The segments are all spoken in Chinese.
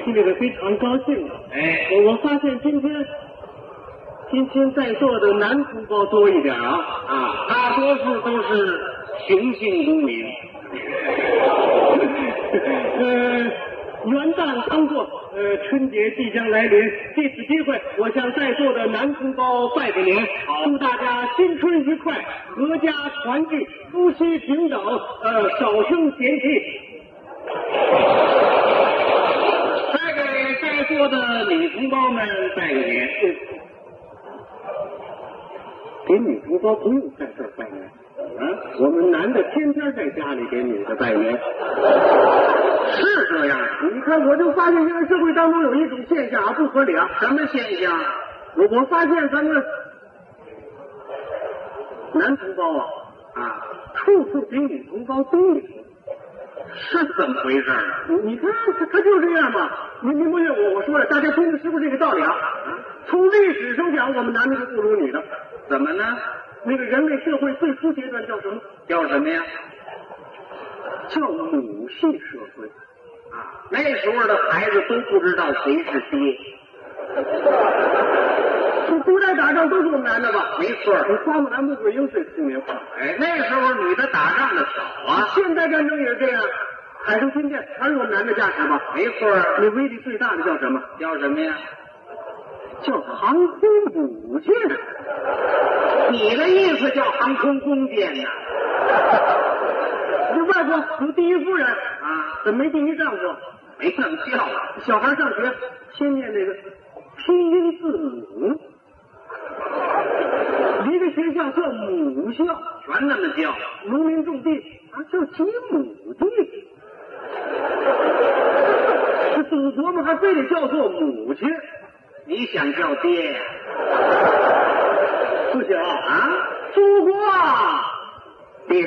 心里头非常高兴啊。 哎， 我发现今天在座的男同胞多一点啊， 大多数都是雄性公民。 元旦刚过，春节即将来临，借此机会，我向在座的男同胞拜个年，祝大家新春愉快，阖家团聚，夫妻平等，少生嫌弃。 再给在座的女同胞们拜个年。 给女同胞不用在这儿拜年。我们男的天天在家里给女的拜年， 是这样。 你看，我就发现现在社会当中有一种现象不合理啊。 什么现象？ 我发现咱们男同胞处处比女同胞多一些， 是怎么回事啊？ 你看他就这样嘛。您不信我说的，大家听听是不是这个道理啊？从历史上讲，我们男的是不如女的。 怎么呢？ 那个人类社会最初阶段叫什么？ 叫什么呀？ 叫母系社会那时候的孩子都不知道谁是爹。 这古代打仗都是我们男的吧？ 没错。 花木兰、穆桂英是新年话。 那时候女的打仗的少啊。 现代战争也是这样，海上军舰全是我们男的驾驶吧？ 没错。 那威力最大的叫什么？ 叫什么呀？ 叫航空母舰。 你的意思叫航空公舰呢？ 这外国有第一夫人怎么没第一丈夫？ 没这么叫啊。 小孩上学先念那个拼音字母，离个学校叫母校， 全那么叫。 农民种地叫几亩地。这祖国嘛，还非得叫做母亲。 你想叫爹呀？ 不行祖国爹。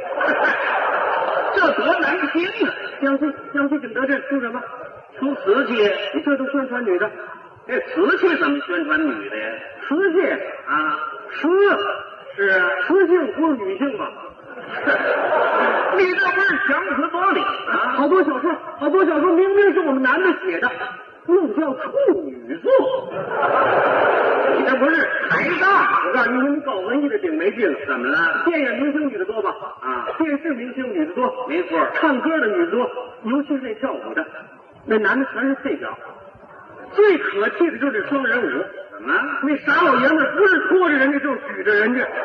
这多难听啊！ 江西景德镇出什么？ 出瓷器。 你这都宣传女的。 这瓷器怎么宣传女的呀？ 瓷器瓷是雌性不是女性吧？ 你这不是强词夺理好多小说明明是我们男的写的，弄叫处女座。 你这不是抬杠？ 我告诉你，你搞文艺的顶没劲了。 怎么了？ 电影明星女的多吧？电视明星女的多。 没错。 唱歌的女的多，尤其是那跳舞的，那男的全是配角。最可气的就是这双人舞。 怎么？ 那傻老爷们不是拖着人家，就是举着人家。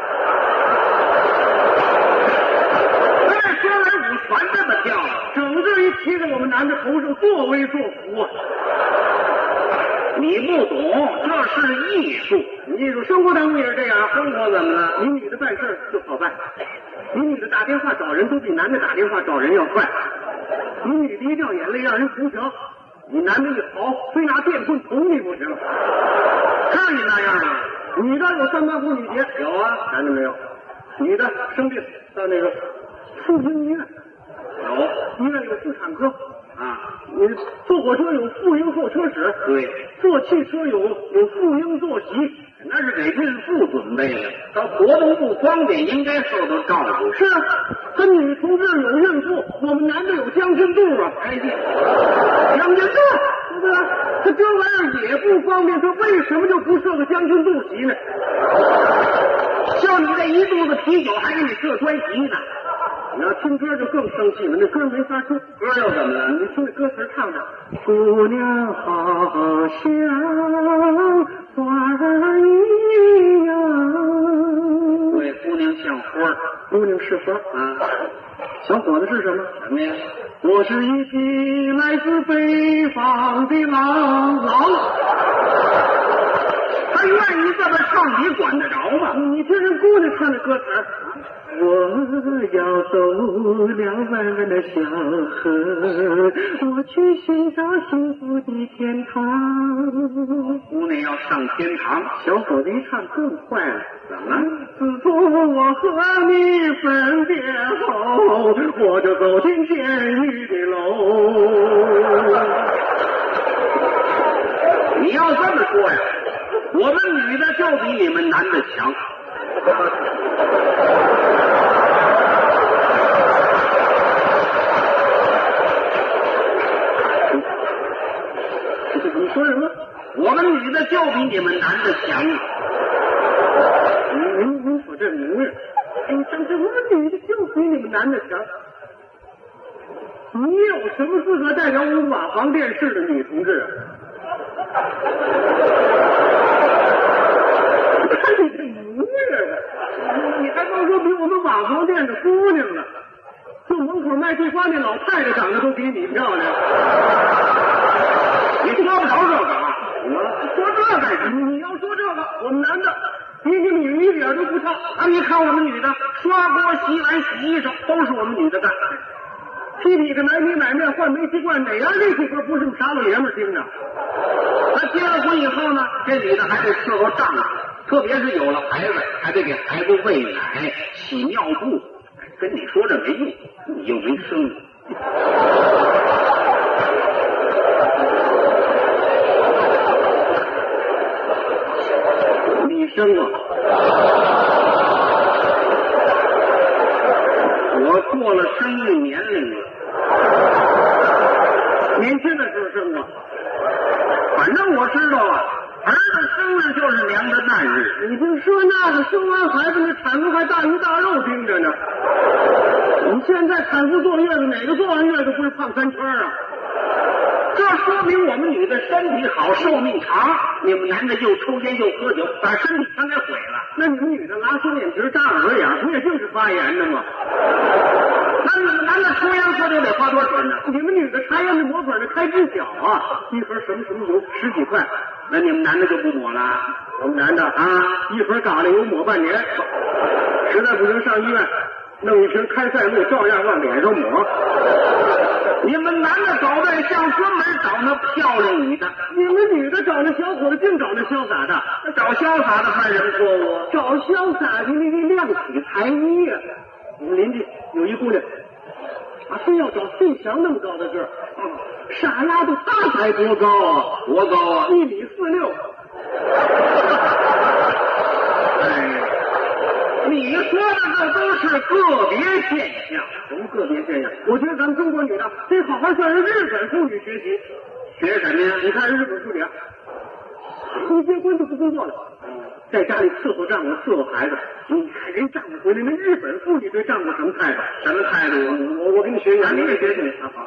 那双人舞全这么跳， 整个一骑在我们男的头上，作威作福啊！ 你不懂，这是艺术。 艺术生活当中也是这样。 生活怎么了？ 你女的办事就好办，你女的打电话找人都比男的打电话找人要快。你女的一掉眼泪让人扶墙，你男的一嚎非拿电棍捅你不行。 至于那样啊？ 女的有三八妇女节， 有啊， 男的没有。女的生病到那个妇婴医院， 有。 医院有妇产科你坐火车有妇婴候车室， 对， 坐汽车有妇婴坐席， 那是给孕妇准备的，她活动不方便，应该受到照顾。 是啊，他女同志有孕妇，我们男的有将军肚将军肚，对不对？他这玩意儿也不方便，他为什么就不设个将军肚席呢？ 就你这一肚子啤酒，还给你设专席呢？ 你要听歌就更生气了，那歌没法说。 歌又怎么了？ 你听那歌词唱的，姑娘好像花儿一样。 对，姑娘像花， 姑娘是花小伙子是什么？ 什么呀？ 我是一匹来自北方的狼。 他愿意这么唱，你管得着吗？ 你听人姑娘唱的歌词我要走了弯弯的小河，我去寻找幸福的天堂。 姑娘要上天堂， 小伙子一唱更坏了。 怎么？ 自从我和你分别后，我就走进监狱的楼。 你要这么说呀，我们女的就比你们男的强。 说什么？ 我们女的就比你们男的强。 您说这明日，但是我们女的就比你们男的强。你有什么资格代表我们瓦房电视的女同志啊？看你这模样，你还光说比我们瓦房店的姑娘呢，就门口卖地瓜那老太太长得都比你漂亮。 你说不着这个啊！ 我说这干什么？你要说这个，我们男的比你们女一点都不差。 啊，你看我们女的刷锅、洗碗、洗衣裳，都是我们女的干。 踢皮个买米买面换煤气罐，哪样这气活不是傻老爷们听着？ 那结了婚以后呢，这女的还得伺候丈夫，特别是有了孩子，还得给孩子喂奶、洗尿布。跟你说这没用，你又没生。 你生啊？ 我过了生育年龄了， 年轻的时候生啊。 反正我知道啊，儿子生日就是娘的诞日。 你就说那个生完孩子那产妇还大鱼大肉盯着呢。你现在产妇坐月子，哪个坐完月子不是胖3圈啊？ 这说明我们女的身体好，寿命长。你们男的又抽烟又喝酒，把身体全给毁了。 那你们女的拉双眼皮、扎耳朵眼，不也就是发炎的吗？ 那你们男的抽烟喝酒得花多少钱呢？ 你们女的茶叶那抹粉的开支小啊，一盒什么什么油10几块。 那你们男的就不抹了？ 我们男的啊，一盒嘎啦油抹半年，实在不行上医院弄一瓶开塞露，照样往脸上抹。 你们男的找对象专门找那漂亮女的， 你们女的找那小伙子净找那潇洒的， 那找潇洒的犯什么错误？ 找潇洒的那亮起才艺呀！我们邻居有一姑娘，非要找费翔那么高的个儿，傻丫头，她才多高啊？ 多高啊 ？1.46米。 哎，你说的这都是个别现象。 什么个别现象？我觉得咱们中国女的得好好向日本妇女学习。 学什么呀？ 你看日本妇女啊，一结婚就不工作了，在家里伺候丈夫、伺候孩子。你看人丈夫回来，那日本妇女对丈夫什么态度？ 什么态度？ 我给你学学， 你给学学。 好。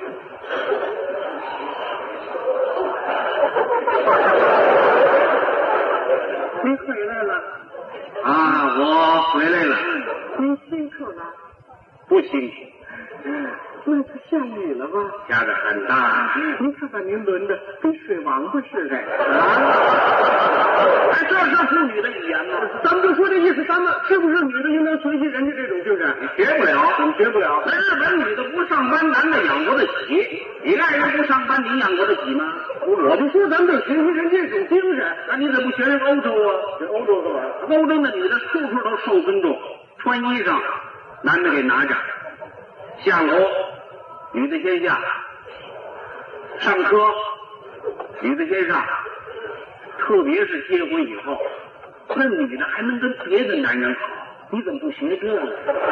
您回来了啊，我回来了。 您辛苦了？ 不辛苦。 那可下雨了吧？ 下的很大。 您看把您轮的跟水王八似的哎，这是妇女的语言吗？ 咱们就说这意思，咱们是不是女的应当学习人家这种精神？ 你学不了， 怎么学不了？ 那日本女的不上班，男的养活得起。你爱人不上班，你养活得起吗？ 我就说咱们得学习人家这种精神。 那你怎么不学人欧洲啊？ 学欧洲干嘛？ 欧洲的女的处处都受尊重，穿衣裳男的给拿着，下楼女的先下，上车女的先上。特别是结婚以后，那女的还能跟别的男人好，你怎么不学这个？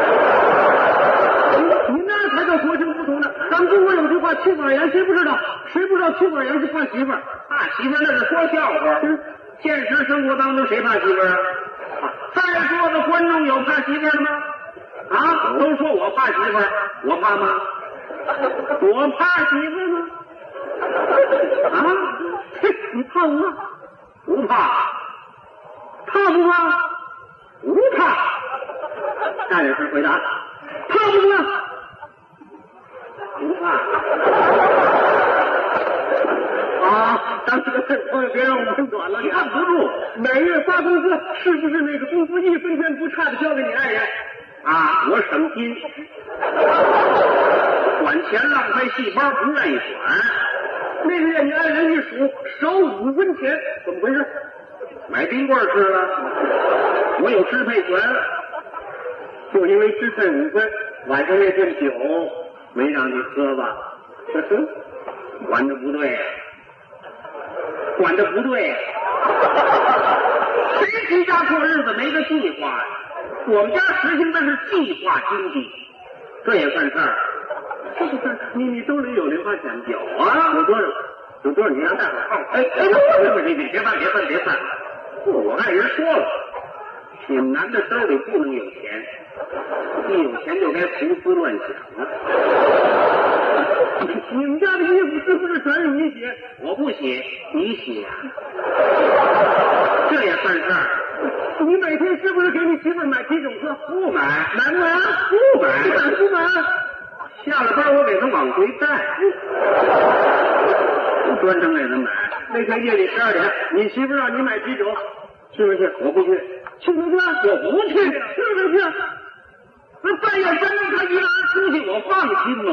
你那才叫国情不同呢。咱们中国有句话，妻管严，谁不知道？谁不知道妻管严是怕媳妇儿？ 怕媳妇儿那是说笑话。现实生活当中谁怕媳妇儿啊？在座的观众有怕媳妇儿的吗？啊，都说我怕媳妇儿，我怕吗？我怕媳妇儿吗？啊， 你怕不怕？ 不怕。 怕不怕？ 不怕。 大点声回答。怕不怕？ 不怕。 啊，咱这个朋友别让我们短了， 你看不住。 每月发工资，是不是那个工资1分钱不差的交给你爱人？ 啊，我省心，管钱浪费细胞，不愿意管。 那个月你爱人一数少5分钱，怎么回事？ 买冰棍吃了，我有支配权。 就因为支配5分，晚上那顿酒没让你喝吧？ 管的不对，管的不对。谁居家过日子没个计划呀？我们家实行的是计划经济，这也算事儿。 这不是你兜里有零花钱？ 有啊， 有多少有多少你让大伙看？别犯！我爱人说了，你们男的兜里不能有钱，一有钱就该胡思乱想了。 你们家的衣服是不是全是你洗？ 我不洗，你洗呀、这也算事儿。 你每天是不是给你媳妇买啤酒喝？ 不买， 买不买？ 不买， 不买。 下了班我给他往回带，专程给他买。 那天夜里12点，你媳妇让你买啤酒，去不去？ 我不去。 去不去？ 我不去。 去不去？那半夜3点他一个人出去，我放心吗？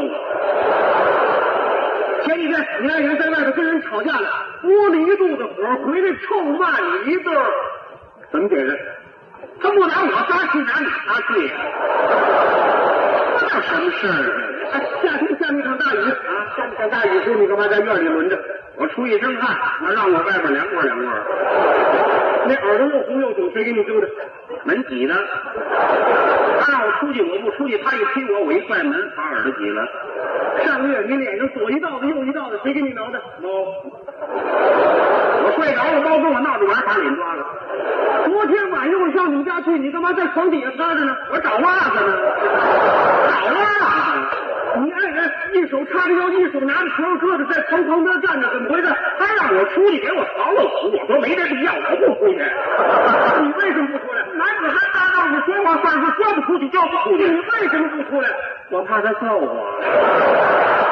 前几天你爱人在外头跟人吵架了，窝了一肚子火，回来臭骂你一顿，怎么解释？ 他不拿我撒气，拿你撒气呀？这叫什么事儿？ 夏天下那场大雨啊，下那场大雨时候你干嘛在院里轮着？ 我出一身汗，他让我外边凉快。 那耳朵又红又肿，谁给你揪的？ 门挤的。他让我出去，我不出去，他一推我，我一踹门，把耳朵挤了。 上个月你脸上左一道子右一道子，谁给你挠的？ 猫。我睡着了，猫跟我闹着玩，把脸抓了。 昨天晚上我上你们家去，你干嘛在床底下趴着呢？ 我找袜子呢。找袜子。 你爱人一手叉着腰，一手拿着球疙瘩，在床旁边站着，怎么回事？ 他让我出去给我刨了土，我说没这必要，我不出去。 你为什么不出来？ 男子汉大道理，说话算数，说不出去就不出去。 你为什么不出来？ 我怕他揍我。